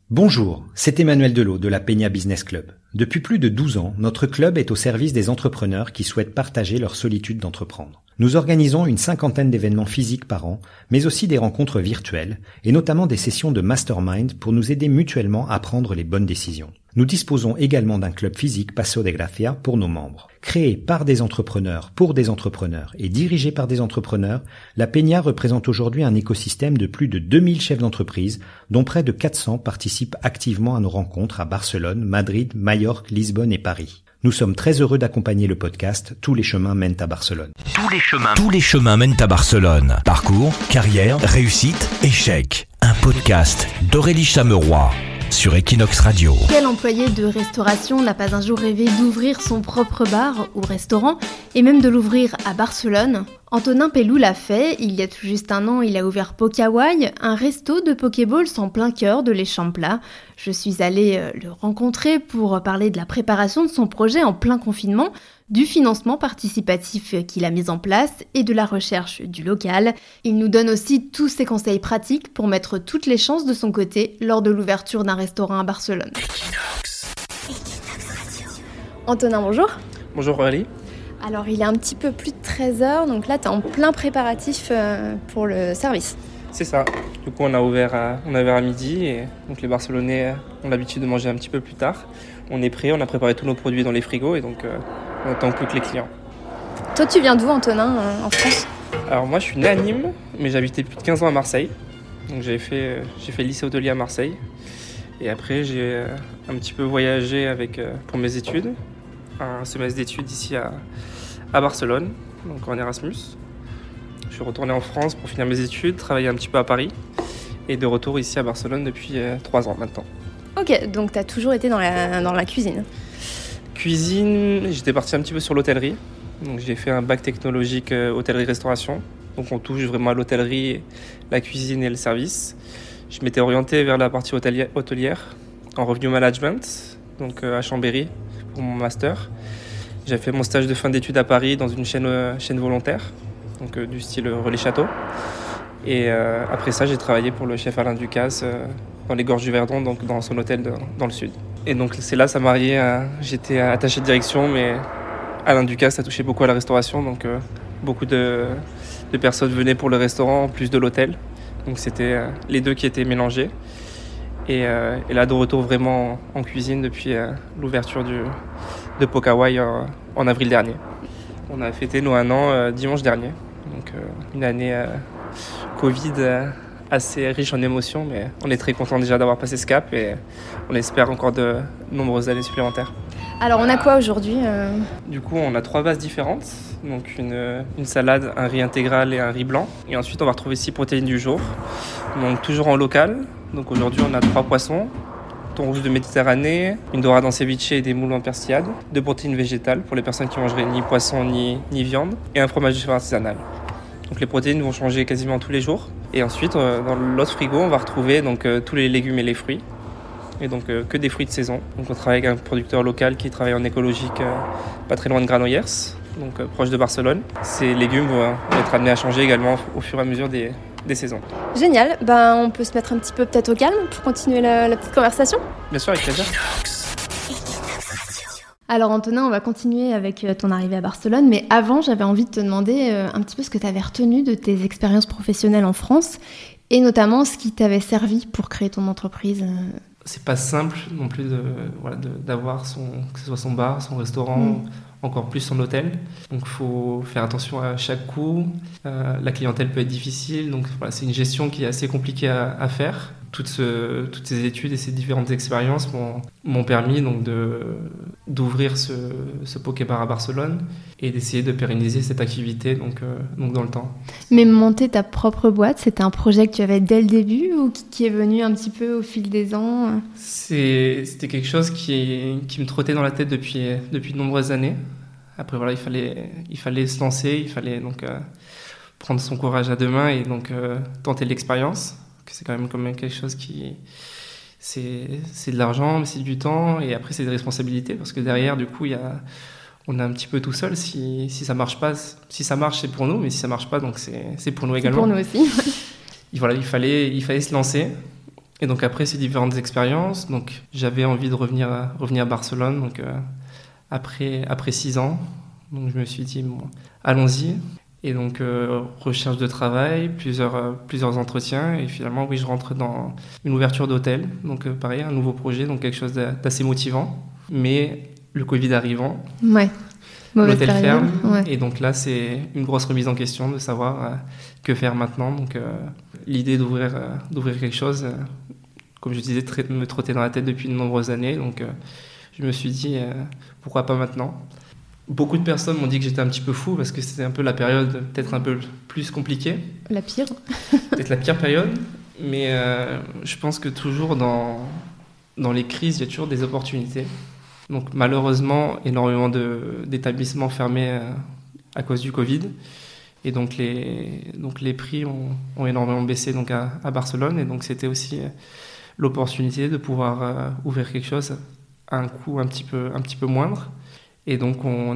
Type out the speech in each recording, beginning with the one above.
Bonjour, c'est Emmanuel Delot de la Peña Business Club. Depuis plus de 12 ans, notre club est au service des entrepreneurs qui souhaitent partager leur solitude d'entreprendre. Nous organisons une 50aine d'événements physiques par an, mais aussi des rencontres virtuelles, et notamment des sessions de mastermind pour nous aider mutuellement à prendre les bonnes décisions. Nous disposons également d'un club physique Paseo de Gracia pour nos membres. Créé par des entrepreneurs pour des entrepreneurs et dirigé par des entrepreneurs, la Peña représente aujourd'hui un écosystème de plus de 2000 chefs d'entreprise, dont près de 400 participent activement à nos rencontres à Barcelone, Madrid, Majorque, Lisbonne et Paris. Nous sommes très heureux d'accompagner le podcast Tous les chemins mènent à Barcelone. Tous les chemins mènent à Barcelone. Parcours, carrière, réussite, échec. Un podcast d'Aurélie Chameroy sur Equinox Radio. Quel employé de restauration n'a pas un jour rêvé d'ouvrir son propre bar ou restaurant et même de l'ouvrir à Barcelone ? Antonin Pellou l'a fait. Il y a tout juste un an, il a ouvert Pokawai, un resto de Pokéballs en plein cœur de l'Eixample. Je suis allée le rencontrer pour parler de la préparation de son projet en plein confinement, du financement participatif qu'il a mis en place et de la recherche du local. Il nous donne aussi tous ses conseils pratiques pour mettre toutes les chances de son côté lors de l'ouverture d'un restaurant à Barcelone. Equinox Radio. Antonin, bonjour. Bonjour Aurélie. Alors il est un petit peu plus de 13h, donc là tu es en plein préparatif pour le service. C'est ça. Du coup on a ouvert à midi et donc les Barcelonais ont l'habitude de manger un petit peu plus tard. On est prêt, on a préparé tous nos produits dans les frigos et donc on attend plus que les clients. Toi tu viens d'où Antonin en France ? Alors moi je suis né à Nîmes, mais j'habitais plus de 15 ans à Marseille. Donc j'ai fait le lycée hôtelier à Marseille. Et après j'ai un petit peu voyagé pour mes études. Un semestre d'études ici à Barcelone, donc en Erasmus. Je suis retourné en France pour finir mes études, travailler un petit peu à Paris et de retour ici à Barcelone depuis 3 ans maintenant. Ok, donc tu as toujours été dans la cuisine. Cuisine, j'étais parti un petit peu sur l'hôtellerie. Donc j'ai fait un bac technologique hôtellerie-restauration. Donc on touche vraiment à l'hôtellerie, la cuisine et le service. Je m'étais orienté vers la partie hôtelière en revenu management, donc à Chambéry pour mon master. J'ai fait mon stage de fin d'études à Paris dans une chaîne volontaire, donc du style Relais Château. Et après ça, j'ai travaillé pour le chef Alain Ducasse dans les Gorges du Verdon, donc dans son hôtel dans le sud. Et donc c'est là, ça m'a marié. J'étais attaché de direction, mais Alain Ducasse a touché beaucoup à la restauration, donc beaucoup de personnes venaient pour le restaurant en plus de l'hôtel. Donc c'était les deux qui étaient mélangés. Et là, de retour vraiment en cuisine depuis l'ouverture de Pokawai en avril dernier. On a fêté nos 1 an dimanche dernier. Donc une année Covid assez riche en émotions, mais on est très content déjà d'avoir passé ce cap et on espère encore de nombreuses années supplémentaires. Alors on a quoi aujourd'hui Du coup, on a 3 bases différentes. Donc une salade, un riz intégral et un riz blanc. Et ensuite, on va retrouver 6 protéines du jour. Donc toujours en local. Donc aujourd'hui, on a 3 poissons, thon rouge de Méditerranée, une dorade en ceviche et des moules en persillade, 2 protéines végétales pour les personnes qui mangeraient ni poisson ni viande, et un fromage de chèvre artisanal. Donc les protéines vont changer quasiment tous les jours. Et ensuite, dans l'autre frigo, on va retrouver donc, tous les légumes et les fruits. Et donc que des fruits de saison. Donc on travaille avec un producteur local qui travaille en écologique pas très loin de Granollers, donc proche de Barcelone. Ces légumes vont être amenés à changer également au fur et à mesure des saisons. Génial, on peut se mettre un petit peu peut-être au calme pour continuer la petite conversation. Bien sûr, avec plaisir. Alors Antonin, on va continuer avec ton arrivée à Barcelone, mais avant j'avais envie de te demander un petit peu ce que tu avais retenu de tes expériences professionnelles en France et notamment ce qui t'avait servi pour créer ton entreprise. C'est pas simple non plus d'avoir que ce soit son bar, son restaurant, encore plus son hôtel. Donc il faut faire attention à chaque coût. La clientèle peut être difficile, donc voilà, c'est une gestion qui est assez compliquée à faire. Toutes ces études et ces différentes expériences m'ont permis donc d'ouvrir ce Pokébar à Barcelone et d'essayer de pérenniser cette activité donc dans le temps. Mais monter ta propre boîte, c'était un projet que tu avais dès le début ou qui est venu un petit peu au fil des ans ? C'était quelque chose qui me trottait dans la tête depuis de nombreuses années. Après voilà, il fallait se lancer, il fallait donc prendre son courage à 2 mains et donc tenter l'expérience. C'est quand même quelque chose c'est de l'argent, mais c'est du temps et après c'est des responsabilités parce que derrière du coup on est un petit peu tout seul si ça marche pas. Si ça marche c'est pour nous, mais si ça marche pas donc c'est pour nous également. C'est pour nous aussi. Voilà, il fallait se lancer. Et donc après ces différentes expériences, donc j'avais envie de revenir à Barcelone, donc après 6 ans. Donc je me suis dit, bon, allons-y. Et donc recherche de travail, plusieurs entretiens, et finalement oui, je rentre dans une ouverture d'hôtel. Donc pareil, un nouveau projet, donc quelque chose d'assez motivant. Mais le Covid arrivant, l'hôtel ferme, et donc là c'est une grosse remise en question de savoir que faire maintenant. Donc l'idée d'ouvrir quelque chose, comme je disais, me trottait dans la tête depuis de nombreuses années. Donc je me suis dit pourquoi pas maintenant. Beaucoup de personnes m'ont dit que j'étais un petit peu fou parce que c'était un peu la période peut-être un peu plus compliquée. La pire. Peut-être la pire période, mais je pense que toujours dans les crises, il y a toujours des opportunités. Donc malheureusement, énormément d'établissements fermés à cause du Covid. Et donc les prix ont énormément baissé donc à Barcelone. Et donc c'était aussi l'opportunité de pouvoir ouvrir quelque chose à un coût un petit peu moindre. Et donc on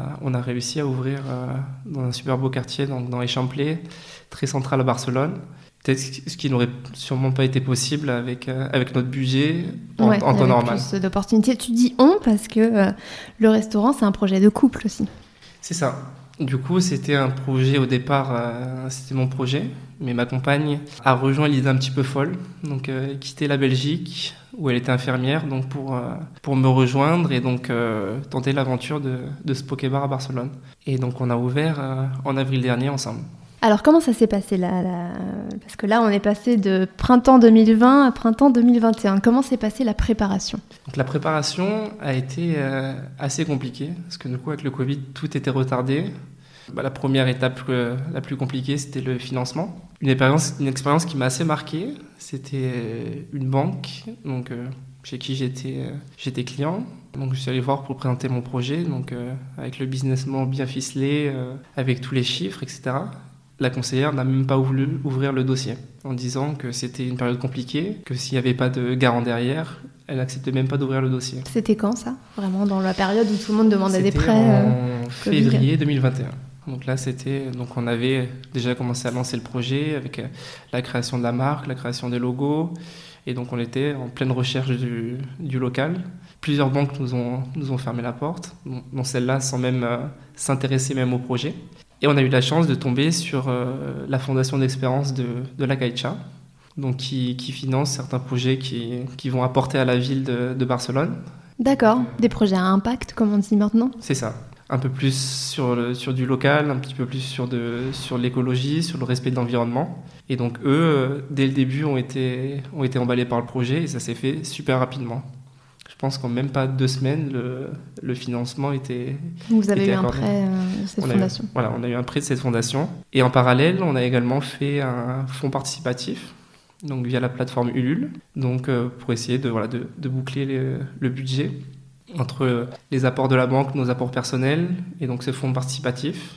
a réussi à ouvrir dans un super beau quartier, donc dans Eixample, très central à Barcelone. Peut-être ce qui n'aurait sûrement pas été possible avec notre budget en temps normal. Plus d'opportunités. Tu dis on parce que le restaurant, c'est un projet de couple aussi. C'est ça. Du coup, c'était un projet au départ, c'était mon projet, mais ma compagne a rejoint l'idée un petit peu folle, donc quitter la Belgique où elle était infirmière, donc pour me rejoindre et donc tenter l'aventure de ce pokébar à Barcelone. Et donc on a ouvert en avril dernier ensemble. Alors comment ça s'est passé là parce que là on est passé de printemps 2020 à printemps 2021. Comment s'est passée la préparation ? Donc la préparation a été assez compliquée parce que du coup avec le Covid tout était retardé. La première étape la plus compliquée c'était le financement. Une expérience qui m'a assez marqué, c'était une banque donc chez qui j'étais client. Donc je suis allé voir pour présenter mon projet donc avec le business plan bien ficelé, avec tous les chiffres, etc. La conseillère n'a même pas voulu ouvrir le dossier en disant que c'était une période compliquée, que s'il n'y avait pas de garant derrière, elle n'acceptait même pas d'ouvrir le dossier. C'était quand ça ? Vraiment dans la période où tout le monde demandait des prêts en février 2021. Donc là, on avait déjà commencé à lancer le projet avec la création de la marque, la création des logos. Et donc on était en pleine recherche du local. Plusieurs banques nous ont fermé la porte, dont celle-là sans même s'intéresser même au projet. Et on a eu la chance de tomber sur la fondation d'expérience de la Caixa, donc qui finance certains projets qui vont apporter à la ville de Barcelone. D'accord, des projets à impact, comme on dit maintenant. C'est ça. Un peu plus sur du local, un petit peu plus sur l'écologie, sur le respect de l'environnement. Et donc eux, dès le début, ont été emballés par le projet et ça s'est fait super rapidement. Je pense qu'en même pas 2 semaines, le financement était Vous avez eu accordé. Un prêt de cette fondation. On a eu un prêt de cette fondation. Et en parallèle, on a également fait un fonds participatif, donc via la plateforme Ulule, donc pour essayer de boucler le budget entre les apports de la banque, nos apports personnels, et donc ce fonds participatif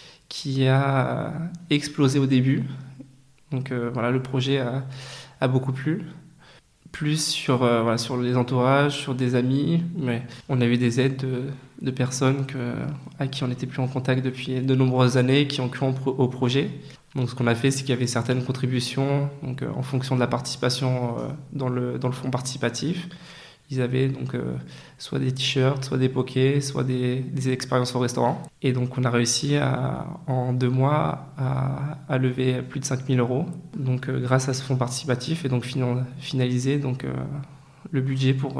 qui a explosé au début. Donc le projet a beaucoup plu. Plus sur les entourages, sur des amis, mais on a eu des aides de personnes à qui on n'était plus en contact depuis de nombreuses années, qui ont cru au projet. Donc ce qu'on a fait, c'est qu'il y avait certaines contributions donc, en fonction de la participation dans le fonds participatif. Ils avaient donc soit des t-shirts, soit des pokés, soit des expériences au restaurant. Et donc on a réussi en 2 mois à lever plus de 5 000 €, donc grâce à ce fonds participatif et donc finaliser donc le budget pour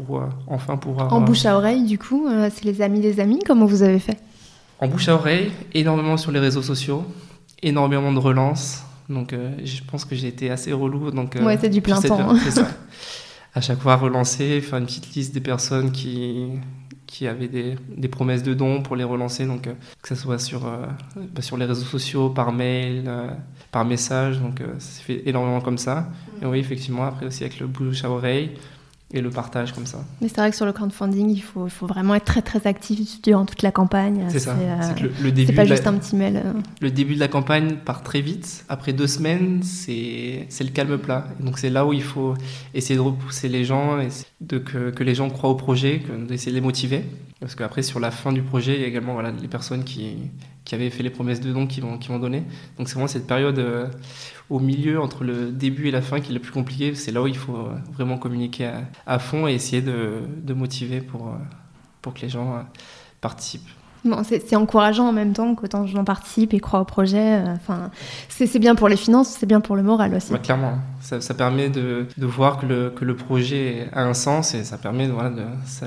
enfin pouvoir... En bouche à oreille du coup, c'est les amis des amis, comment vous avez fait ? En bouche à oreille, énormément sur les réseaux sociaux, énormément de relances. Donc je pense que j'ai été assez relou. Donc, c'est du plein temps. C'est ça. À chaque fois relancer, faire une petite liste des personnes qui avaient des promesses de dons pour les relancer, donc que ce soit sur les réseaux sociaux, par mail, par message, donc ça s'est fait énormément comme ça. Et oui, effectivement, après aussi avec le bouche à oreille et le partage comme ça. Mais c'est vrai que sur le crowdfunding, il faut vraiment être très très actif durant toute la campagne. C'est ça. C'est que le début c'est pas juste un petit mail. Le début de la campagne part très vite. Après 2 semaines, c'est le calme plat. Et donc c'est là où il faut essayer de repousser les gens, que les gens croient au projet, d'essayer de les motiver. Parce qu'après, sur la fin du projet, il y a également les personnes qui avaient fait les promesses de dons qui vont donner. Donc c'est vraiment cette période au milieu, entre le début et la fin, qui est le plus compliqué. C'est là où il faut vraiment communiquer à fond et essayer de motiver pour que les gens participent. Bon, c'est encourageant en même temps qu'autant de gens participent et croient au projet. C'est bien pour les finances, c'est bien pour le moral aussi. Ouais, clairement, ça permet de voir que le projet a un sens et ça permet, ça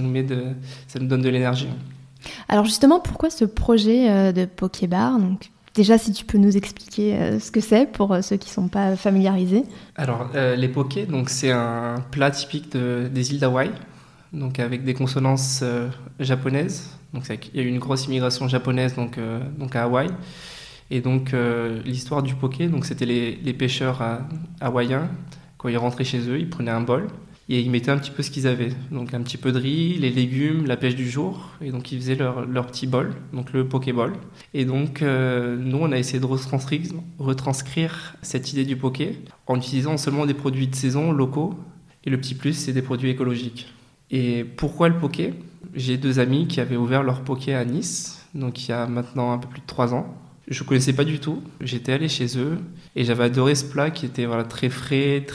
nous donne de l'énergie. Alors justement, pourquoi ce projet de Pokébar ? Donc, déjà, si tu peux nous expliquer ce que c'est pour ceux qui ne sont pas familiarisés. Alors, les Pokés, donc, c'est un plat typique des îles d'Hawaï, donc avec des consonances japonaises. Donc, il y a eu une grosse immigration japonaise donc à Hawaï. Et donc, l'histoire du poké, donc, c'était les pêcheurs hawaïens. Quand ils rentraient chez eux, ils prenaient un bol et ils mettaient un petit peu ce qu'ils avaient. Donc, un petit peu de riz, les légumes, la pêche du jour. Et donc, ils faisaient leur petit bol, donc le pokéball. Et donc, nous, on a essayé de retranscrire cette idée du poké en utilisant seulement des produits de saison locaux. Et le petit plus, c'est des produits écologiques. Et pourquoi le poké ? J'ai 2 amis qui avaient ouvert leur poké à Nice, donc il y a maintenant un peu plus de 3 ans. Je ne connaissais pas du tout, j'étais allé chez eux et j'avais adoré ce plat qui était très frais,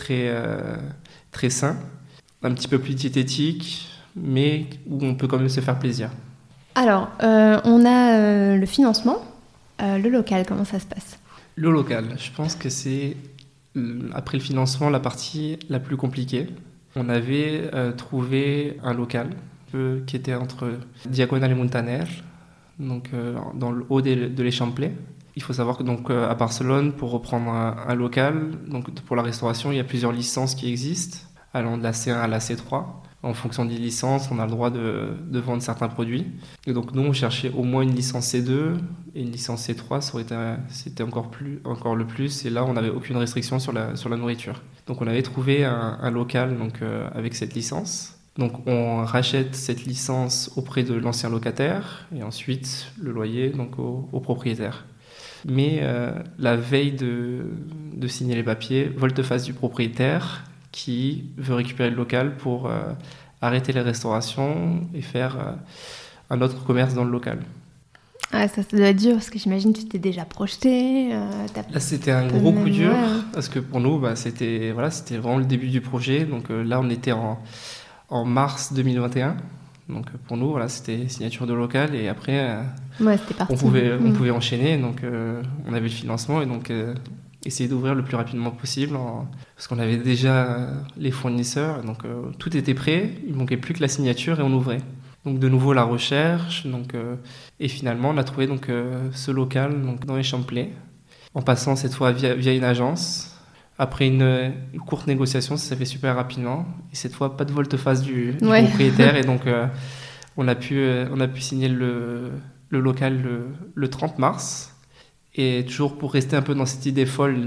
très sain, un petit peu plus diététique, mais où on peut quand même se faire plaisir. Alors, on a le financement, le local, comment ça se passe ? Le local, je pense que c'est, après le financement, la partie la plus compliquée. On avait trouvé un local qui était entre Diagonale et Montaner, donc dans le haut de l'Échamplet. Il faut savoir que donc à Barcelone, pour reprendre un local, donc pour la restauration, il y a plusieurs licences qui existent, allant de la C1 à la C3. En fonction des licences, on a le droit de vendre certains produits. Et donc nous, on cherchait au moins une licence C2 et une licence C3, c'était encore le plus. Et là, on n'avait aucune restriction sur la nourriture. Donc on avait trouvé un local avec cette licence. Donc on rachète cette licence auprès de l'ancien locataire et ensuite le loyer donc au propriétaire. Mais la veille de signer les papiers, volte-face du propriétaire qui veut récupérer le local pour arrêter les restaurations et faire un autre commerce dans le local. Ah, ça doit être dur parce que j'imagine que tu t'es déjà projeté. Là, c'était un gros coup dur parce que pour nous, c'était vraiment le début du projet. Donc là, on était en mars 2021. Donc pour nous, c'était signature de local et après, c'était parti. on pouvait enchaîner. Donc on avait le financement et donc essayer d'ouvrir le plus rapidement possible parce qu'on avait déjà les fournisseurs. Donc tout était prêt, il manquait plus que la signature et on ouvrait. Donc de nouveau la recherche. Et finalement, on a trouvé ce local dans les Champlets en passant cette fois via une agence. Après une courte négociation, ça s'est fait super rapidement. Et cette fois, pas de volte-face du propriétaire. Et donc, on a pu signer le local le 30 mars. Et toujours pour rester un peu dans cette idée folle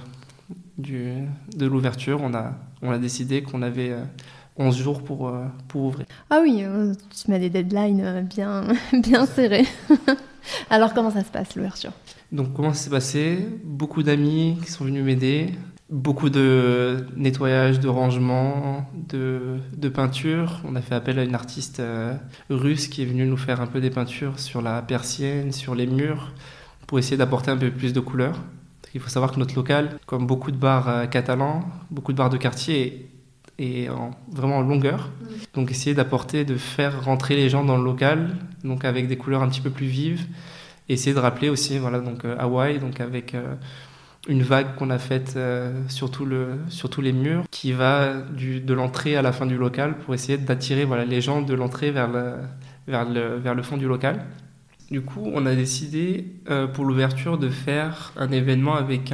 de l'ouverture, on a décidé qu'on avait 11 jours pour ouvrir. Ah oui, tu mets des deadlines bien serrés. Alors, comment ça se passe, l'ouverture ? Donc, comment ça s'est passé ? Beaucoup d'amis qui sont venus m'aider. Beaucoup de nettoyage, de rangement, de peinture. On a fait appel à une artiste russe qui est venue nous faire un peu des peintures sur la persienne, sur les murs, pour essayer d'apporter un peu plus de couleur. Il faut savoir que notre local, comme beaucoup de bars catalans, beaucoup de bars de quartier, est vraiment en longueur. Donc essayer de faire rentrer les gens dans le local, donc avec des couleurs un petit peu plus vives. Et essayer de rappeler aussi Hawaï, donc avec une vague qu'on a faite sur tous les murs, qui va de l'entrée à la fin du local pour essayer d'attirer les gens de l'entrée vers le fond du local. Du coup, on a décidé pour l'ouverture de faire un événement avec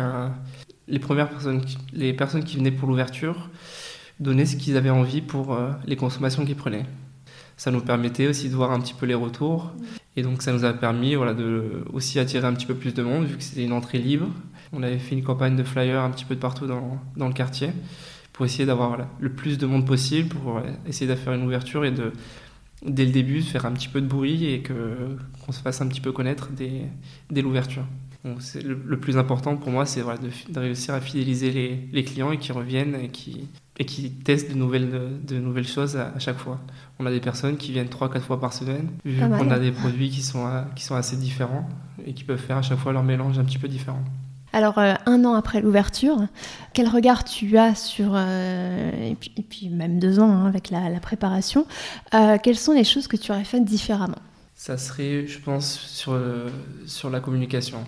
les personnes qui venaient pour l'ouverture, donner ce qu'ils avaient envie pour les consommations qu'ils prenaient. Ça nous permettait aussi de voir un petit peu les retours. Et donc ça nous a permis de aussi attirer un petit peu plus de monde, vu que c'était une entrée libre. On avait fait une campagne de flyers un petit peu de partout dans le quartier pour essayer d'avoir le plus de monde possible, pour essayer de faire une ouverture et dès le début, faire un petit peu de bruit et qu'on se fasse un petit peu connaître dès l'ouverture. Donc, le plus important pour moi, c'est de réussir à fidéliser les clients et qui reviennent et qui testent de nouvelles choses à chaque fois. On a des personnes qui viennent 3-4 fois par semaine, vu qu'on a des produits qui sont assez différents et qui peuvent faire à chaque fois leur mélange un petit peu différent. Alors, 1 an après l'ouverture, quel regard tu as sur, et puis même 2 ans avec la préparation, quelles sont les choses que tu aurais faites différemment ? Ça serait, je pense, sur la communication,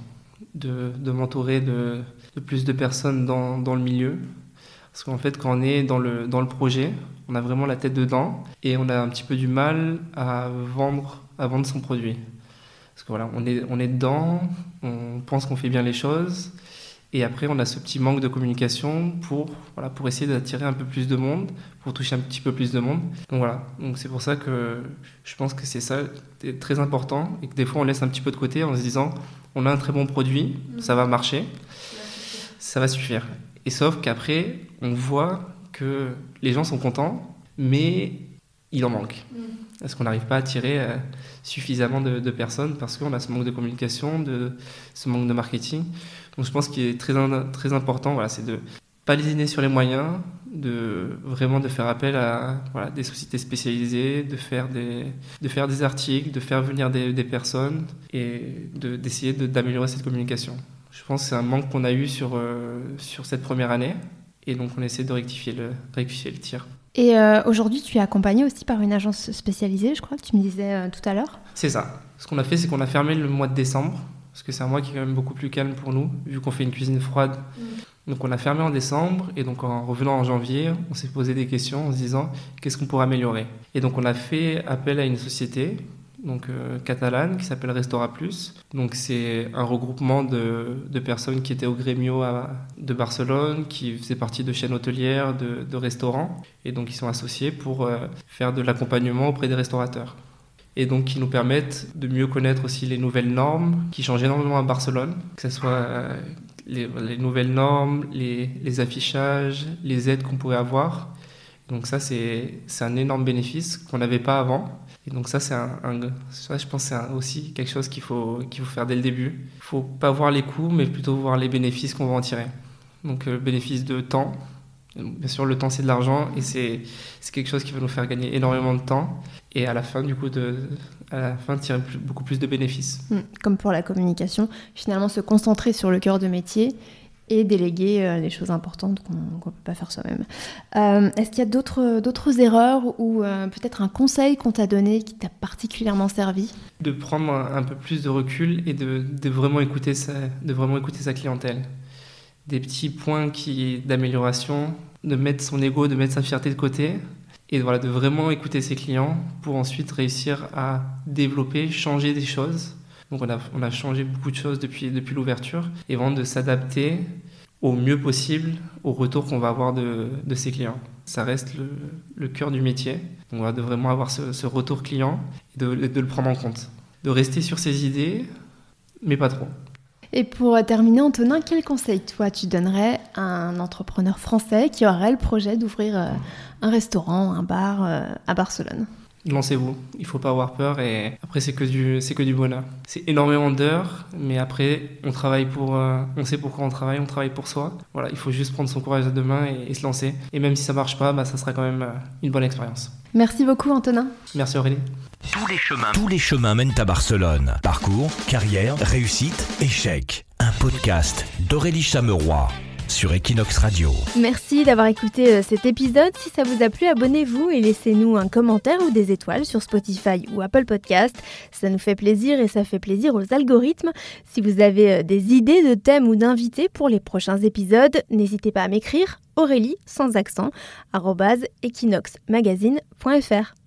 de m'entourer de plus de personnes dans le milieu. Parce qu'en fait, quand on est dans le projet, on a vraiment la tête dedans et on a un petit peu du mal à vendre son produit. Parce que voilà, on est dedans, on pense qu'on fait bien les choses et après on a ce petit manque de communication pour essayer d'attirer un peu plus de monde, pour toucher un petit peu plus de monde. Donc voilà, c'est pour ça que je pense que c'est ça très important et que des fois on laisse un petit peu de côté en se disant on a un très bon produit, ça va marcher, ça va suffire. Et sauf qu'après, on voit que les gens sont contents, mais il en manque. Parce qu'on n'arrive pas à attirer suffisamment de personnes parce qu'on a ce manque de communication, ce manque de marketing. Donc je pense qu'il est très, très important, c'est de ne pas lésiner sur les moyens, de faire appel à des sociétés spécialisées, de faire des articles, de faire venir des personnes et d'essayer d'améliorer cette communication. Je pense que c'est un manque qu'on a eu sur cette première année et donc on essaie de rectifier le tir. Et aujourd'hui, tu es accompagné aussi par une agence spécialisée, je crois que tu me disais tout à l'heure. C'est ça. Ce qu'on a fait, c'est qu'on a fermé le mois de décembre parce que c'est un mois qui est quand même beaucoup plus calme pour nous vu qu'on fait une cuisine froide. Donc on a fermé en décembre et donc en revenant en janvier, on s'est posé des questions en se disant qu'est-ce qu'on pourrait améliorer. Et donc on a fait appel à une société catalane qui s'appelle Restaura Plus. Donc c'est un regroupement de personnes qui étaient au Gremio de Barcelone, qui faisaient partie de chaînes hôtelières, de restaurants, et donc ils sont associés pour faire de l'accompagnement auprès des restaurateurs. Et donc qui nous permettent de mieux connaître aussi les nouvelles normes qui changent énormément à Barcelone, que ce soit les nouvelles normes, les affichages, les aides qu'on pourrait avoir. Donc ça c'est un énorme bénéfice qu'on n'avait pas avant. Et donc ça, je pense que c'est aussi quelque chose qu'il faut faire dès le début. Il ne faut pas voir les coûts, mais plutôt voir les bénéfices qu'on va en tirer. Donc le bénéfice de temps. Bien sûr, le temps, c'est de l'argent et c'est quelque chose qui va nous faire gagner énormément de temps. Et à la fin, tirer beaucoup plus de bénéfices. Comme pour la communication, finalement, se concentrer sur le cœur de métier et déléguer les choses importantes qu'on ne peut pas faire soi-même. Est-ce qu'il y a d'autres erreurs ou peut-être un conseil qu'on t'a donné qui t'a particulièrement servi ? De prendre un peu plus de recul et de vraiment écouter sa clientèle. Des petits points d'amélioration, de mettre son ego, de mettre sa fierté de côté et de vraiment écouter ses clients pour ensuite réussir à développer, changer des choses. Donc on a changé beaucoup de choses depuis l'ouverture et vraiment de s'adapter au mieux possible au retour qu'on va avoir de ses clients. Ça reste le cœur du métier. Donc de vraiment avoir ce retour client et de le prendre en compte. De rester sur ses idées, mais pas trop. Et pour terminer, Antonin, quel conseil toi tu donnerais à un entrepreneur français qui aurait le projet d'ouvrir un restaurant, un bar à Barcelone ? Lancez-vous, il ne faut pas avoir peur et après c'est que du bonheur. C'est énormément d'heures, mais après on sait pourquoi on travaille pour soi. Voilà, il faut juste prendre son courage à deux mains et se lancer. Et même si ça ne marche pas, ça sera quand même une bonne expérience. Merci beaucoup Antonin. Merci Aurélie. Tous les chemins mènent à Barcelone. Parcours, carrière, réussite, échec. Un podcast d'Aurélie Chameroy sur Equinox Radio. Merci d'avoir écouté cet épisode. Si ça vous a plu, abonnez-vous et laissez-nous un commentaire ou des étoiles sur Spotify ou Apple Podcast. Ça nous fait plaisir et ça fait plaisir aux algorithmes. Si vous avez des idées de thèmes ou d'invités pour les prochains épisodes, n'hésitez pas à m'écrire Aurélie sans accent @equinoxmagazine.fr.